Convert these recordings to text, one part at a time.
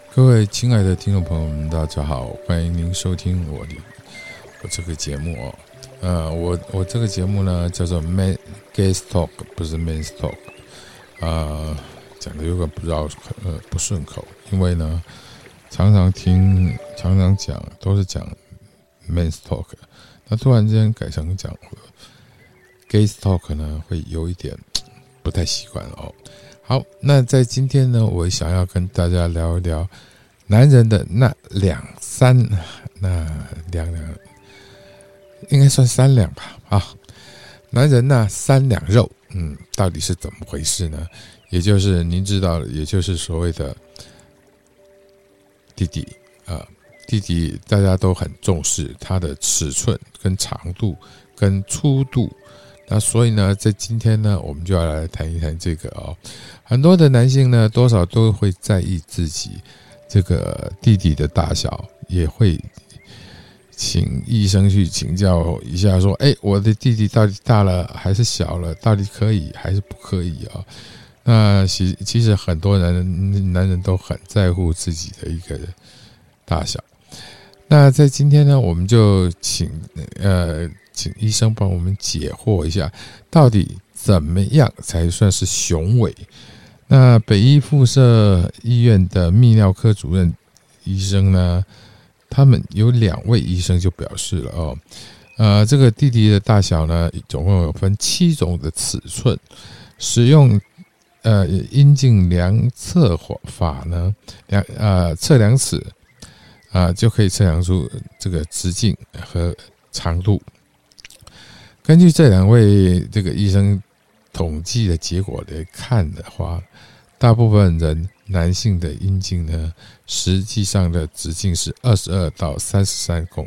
各位亲爱的听众朋友们，大家好，欢迎您收听我这个节目哦。我这个节目呢叫做 Gay's Talk， 不是 Men's Talk。讲的有点不顺口，因为呢常常讲都是讲 Men's Talk， 那突然间改成讲 Gay's Talk 呢，会有一点不太习惯哦。好，那在今天呢，我想要跟大家聊一聊男人的那两应该算三两吧啊，男人那三两肉，到底是怎么回事呢？也就是您知道，也就是所谓的弟弟弟弟大家都很重视它的尺寸跟长度跟粗度。那所以呢，在今天呢，我们就要来谈一谈这个哦。很多的男性呢，多少都会在意自己这个弟弟的大小，也会请医生去请教一下，说，我的弟弟到底大了还是小了？到底可以还是不可以啊？那其实很多男人都很在乎自己的一个大小。那在今天呢，我们就请医生帮我们解惑一下，到底怎么样才算是雄伟？那北医附设医院的泌尿科主任医生呢，他们有2位医生就表示了哦，这个弟弟的大小呢，总共有分7种的尺寸，使用阴茎量测法呢，测量尺就可以测量出这个直径和长度。根据这2位这个医生统计的结果来看的话，大部分人男性的阴茎呢，实际上的直径是22到33公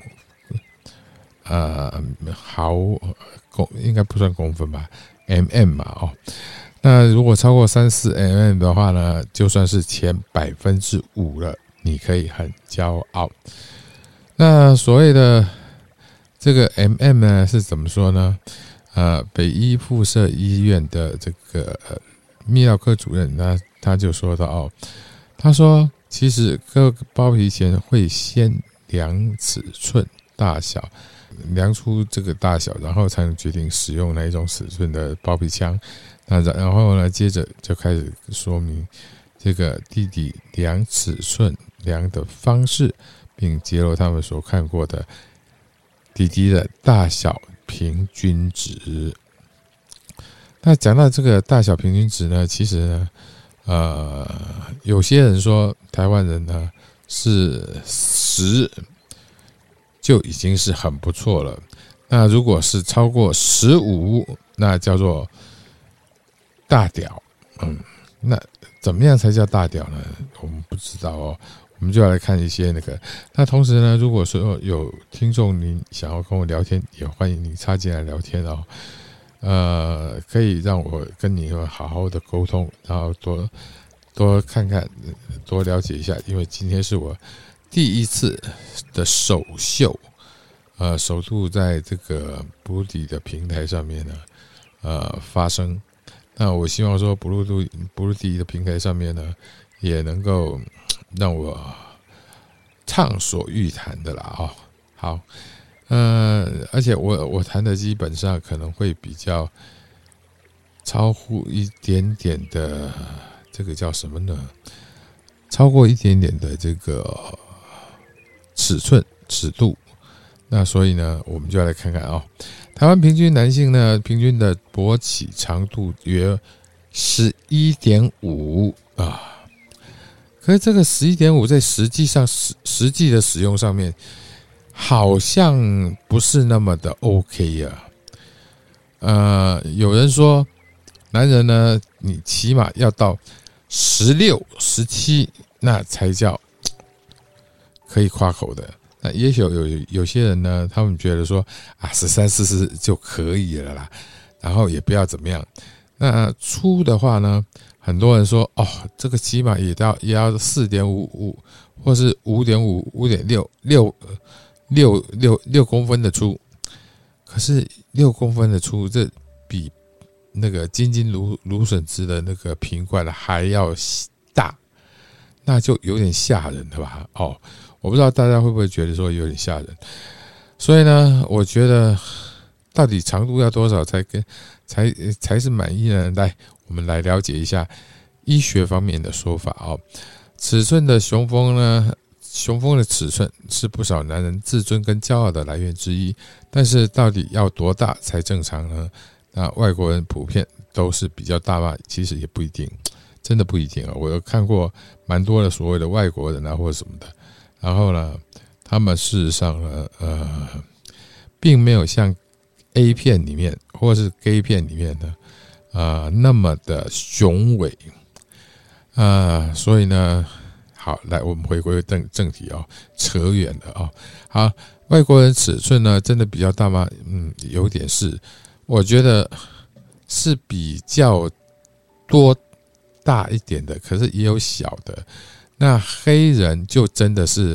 应该不算公分吧 ，mm 嘛哦。那如果超过34 mm 的话呢，就算是前5%了，你可以很骄傲。那所谓的这个 mm 呢是怎么说呢？北医附设医院的这个泌尿科主任他就说到哦，他说其实各个包皮前会先量尺寸大小，量出这个大小，然后才能决定使用哪一种尺寸的包皮枪。那然后呢，接着就开始说明这个弟弟量尺寸量的方式，并揭露他们所看过的弟弟的大小平均值。那讲到这个大小平均值呢，其实呢，有些人说台湾人呢是10就已经是很不错了。那如果是超过15，那叫做大屌。那怎么样才叫大屌呢？我们不知道哦。我们就要来看一些那个。那同时呢，如果说有听众您想要跟我聊天，也欢迎你插进来聊天哦。可以让我跟你好好的沟通，然后多看看，多了解一下。因为今天是我第一次的首秀，首度在这个布鲁迪的平台上面呢，发声。那我希望说布鲁迪的平台上面呢，也能够让我畅所欲谈的啦哦。好，而且我谈的基本上可能会比较超乎一点点的这个叫什么呢？超过一点点的这个尺度。那所以呢，我们就要来看看哦。台湾平均男性呢，平均的勃起长度约 11.5 啊。可是这个 11.5 在实际的使用上面，好像不是那么的 OK 啊。有人说，男人呢，你起码要到16、17，那才叫可以夸口的。那也许有些人呢，他们觉得说13、14就可以了啦，然后也不要怎么样。那粗的话呢，很多人说这个起码也要 4.55 或是 5.5、5.6公分的粗。可是6公分的粗，这比那个金芦笋汁的那个瓶罐还要大。 那就有点吓人了吧？我不知道大家会不会觉得说有点吓人。所以呢，我觉得到底长度要多少才是满意呢？来，我们来了解一下医学方面的说法。尺寸的雄风呢，雄风的尺寸是不少男人自尊跟骄傲的来源之一，但是到底要多大才正常呢？那外国人普遍都是比较大吧？其实也不一定，真的不一定。我有看过蛮多的所谓的外国人或者什么的，然后呢，他们事实上呢，并没有像 A 片里面或是 gay 片里面的那么的雄伟所以呢，好，来我们回归正题扯远了好，外国人尺寸呢真的比较大吗？有点是，我觉得是比较多大一点的，可是也有小的。那黑人就真的是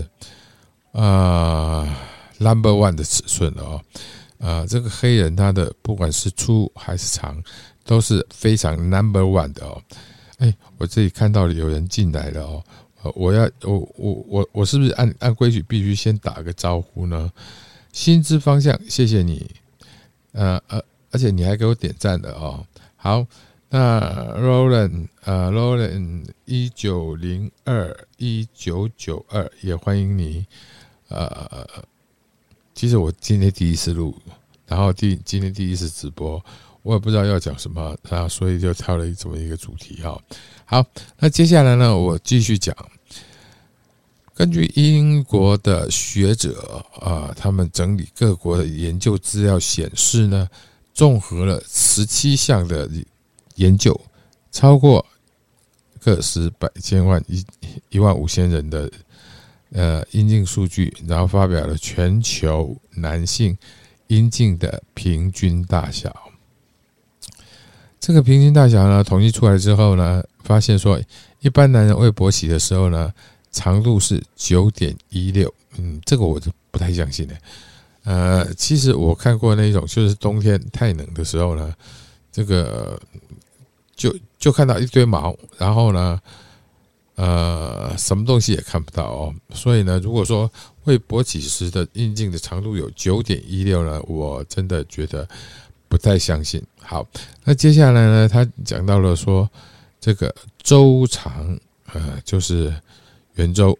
number one 的尺寸了这个黑人他的不管是粗还是长都是非常 number one 的我这里看到了有人进来了我是不是按规矩必须先打个招呼呢？心之方向，谢谢你，而且你还给我点赞了好，那 Roland 1902也欢迎你。其实我今天第一次录，然后今天第一次直播，我也不知道要讲什么所以就挑了这么一个主题好，那接下来呢，我继续讲。根据英国的学者他们整理各国的研究资料显示呢，综合了17项的研究，超过个十百千万15000人的阴茎数据，然后发表了全球男性阴茎的平均大小。这个平均大小呢，统计出来之后呢，发现说一般男人未勃起的时候呢，长度是 9.16， 这个我就不太相信其实我看过那种就是冬天太冷的时候呢，这个就看到一堆毛，然后呢什么东西也看不到所以呢，如果说未勃起时的阴茎的长度有 9.16 呢，我真的觉得不太相信。好，那接下来呢，他讲到了说这个周长就是圆周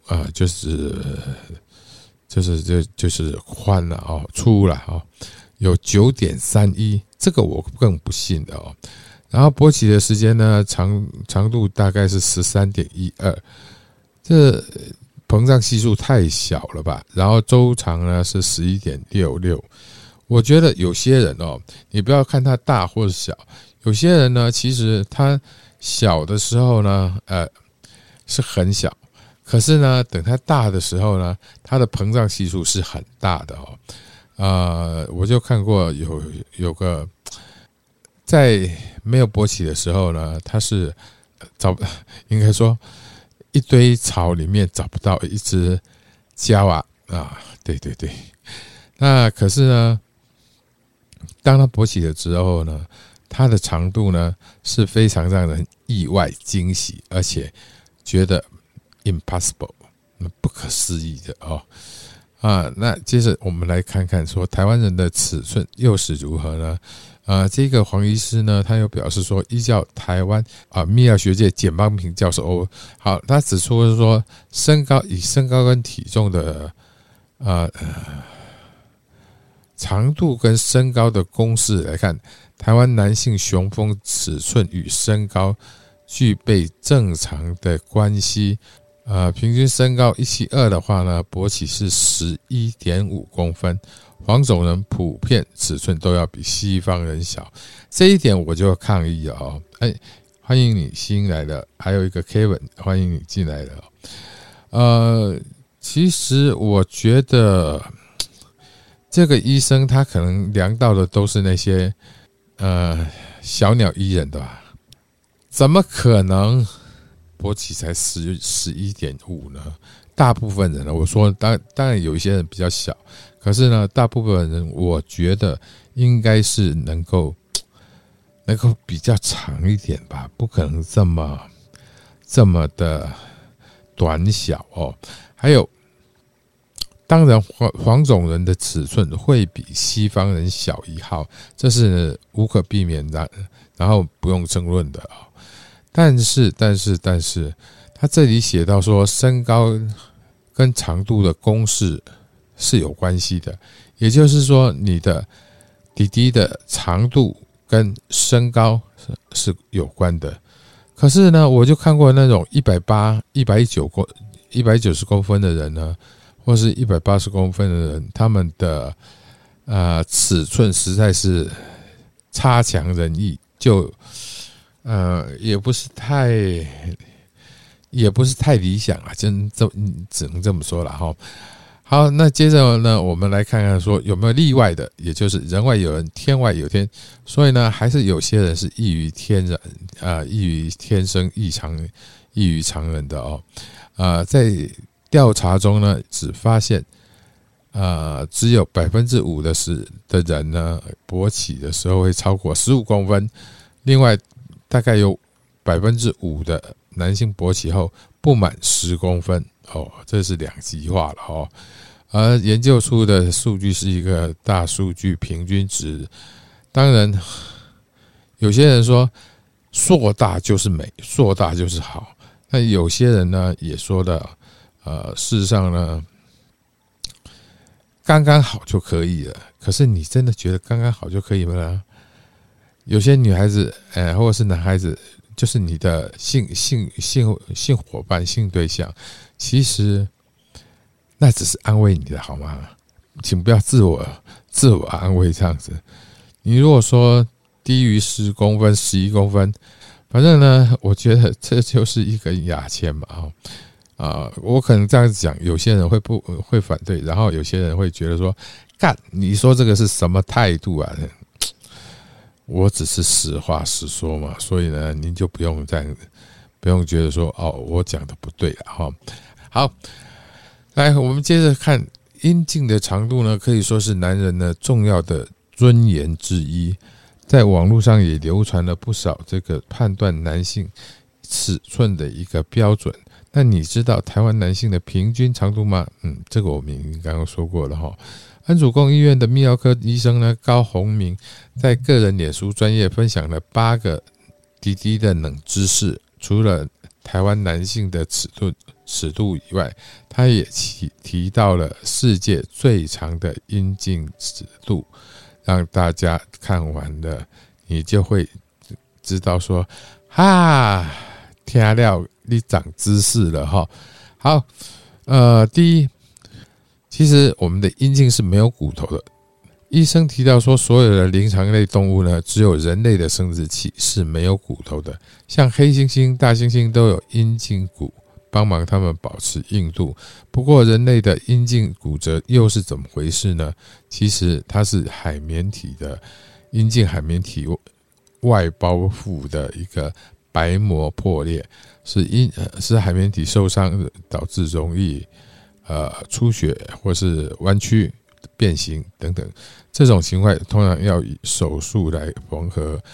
就是宽了粗了有 9.31， 这个我更不信的然后勃起的时间呢，长度大概是 13.12， 这膨胀系数太小了吧。然后周长呢是 11.66。 我觉得有些人你不要看他大或者小，有些人呢其实他小的时候呢是很小，可是呢等他大的时候呢，他的膨胀系数是很大的我就看过有个在没有勃起的时候呢，他是应该说一堆草里面找不到一只胶对，那可是呢，当他勃起了之后呢，它的长度呢是非常让人意外惊喜，而且觉得 impossible 不可思议的那接着我们来看看说台湾人的尺寸又是如何呢？这个黄医师呢，他又表示说，依照台湾泌尿学界简邦平教授好，他指出说，以身高跟体重的长度跟身高的公式来看，台湾男性雄风尺寸与身高具备正常的关系。平均身高172的话呢，勃起是 11.5 公分。黄种人普遍尺寸都要比西方人小，这一点我就抗议了欢迎你新来的，还有一个 Kevin， 欢迎你进来了其实我觉得这个医生他可能量到的都是那些小鸟依人的吧？怎么可能勃起才 11.5 呢？大部分人我说当然有一些人比较小，可是呢，大部分人我觉得应该是能够比较长一点吧，不可能这么的短小哦，还有当然黄种人的尺寸会比西方人小1号，这是无可避免的，然后不用争论的啊。但是他这里写到说身高跟长度的公式是有关系的，也就是说你的弟弟的长度跟身高是有关的。可是呢，我就看过那种180、190公分的人呢，或是180公分的人，他们的尺寸实在是差强人意，就也不是太理想啊，只能这么说了哈。好，那接着呢，我们来看看说有没有例外的，也就是人外有人，天外有天。所以呢，还是有些人是异于天生、异于常人的哦。在调查中呢，只发现只有 5% 的人呢，勃起的时候会超过15公分，另外大概有 5% 的男性勃起后不满10公分哦，这是两极化了哦。而研究出的数据是一个大数据平均值。当然，有些人说硕大就是美，硕大就是好。那有些人呢也说的，事实上呢，刚刚好就可以了。可是你真的觉得刚刚好就可以吗？有些女孩子，或者是男孩子，就是你的性伙伴、性对象，其实那只是安慰你的好吗？请不要自我安慰这样子。你如果说低于10公分、11公分，反正呢，我觉得这就是一根牙签嘛。我可能这样子讲，有些人会反对，然后有些人会觉得说，干，你说这个是什么态度啊？我只是实话实说嘛，所以呢，您就不用这样子，不用觉得说我讲的不对了哈。好，来，我们接着看阴茎的长度呢，可以说是男人呢重要的尊严之一，在网络上也流传了不少这个判断男性尺寸的一个标准。那你知道台湾男性的平均长度吗？这个我们已经刚刚说过了哈。安主公医院的泌尿科医生呢高宏明在个人脸书专页分享了8个滴滴的冷知识，除了台湾男性的尺度以外，他也提到了世界最长的阴茎尺度，让大家看完了，你就会知道说，听了你长知识了哈。好，第一，其实我们的阴茎是没有骨头的。医生提到说，所有的灵长类动物呢，只有人类的生殖器是没有骨头的。像黑猩猩、大猩猩都有阴茎骨，帮忙它们保持硬度。不过，人类的阴茎骨折又是怎么回事呢？其实它是海绵体的阴茎海绵体外包覆的一个白膜破裂，是海绵体受伤导致容易出血或是弯曲、变形等等，这种情况通常要以手术来缝合，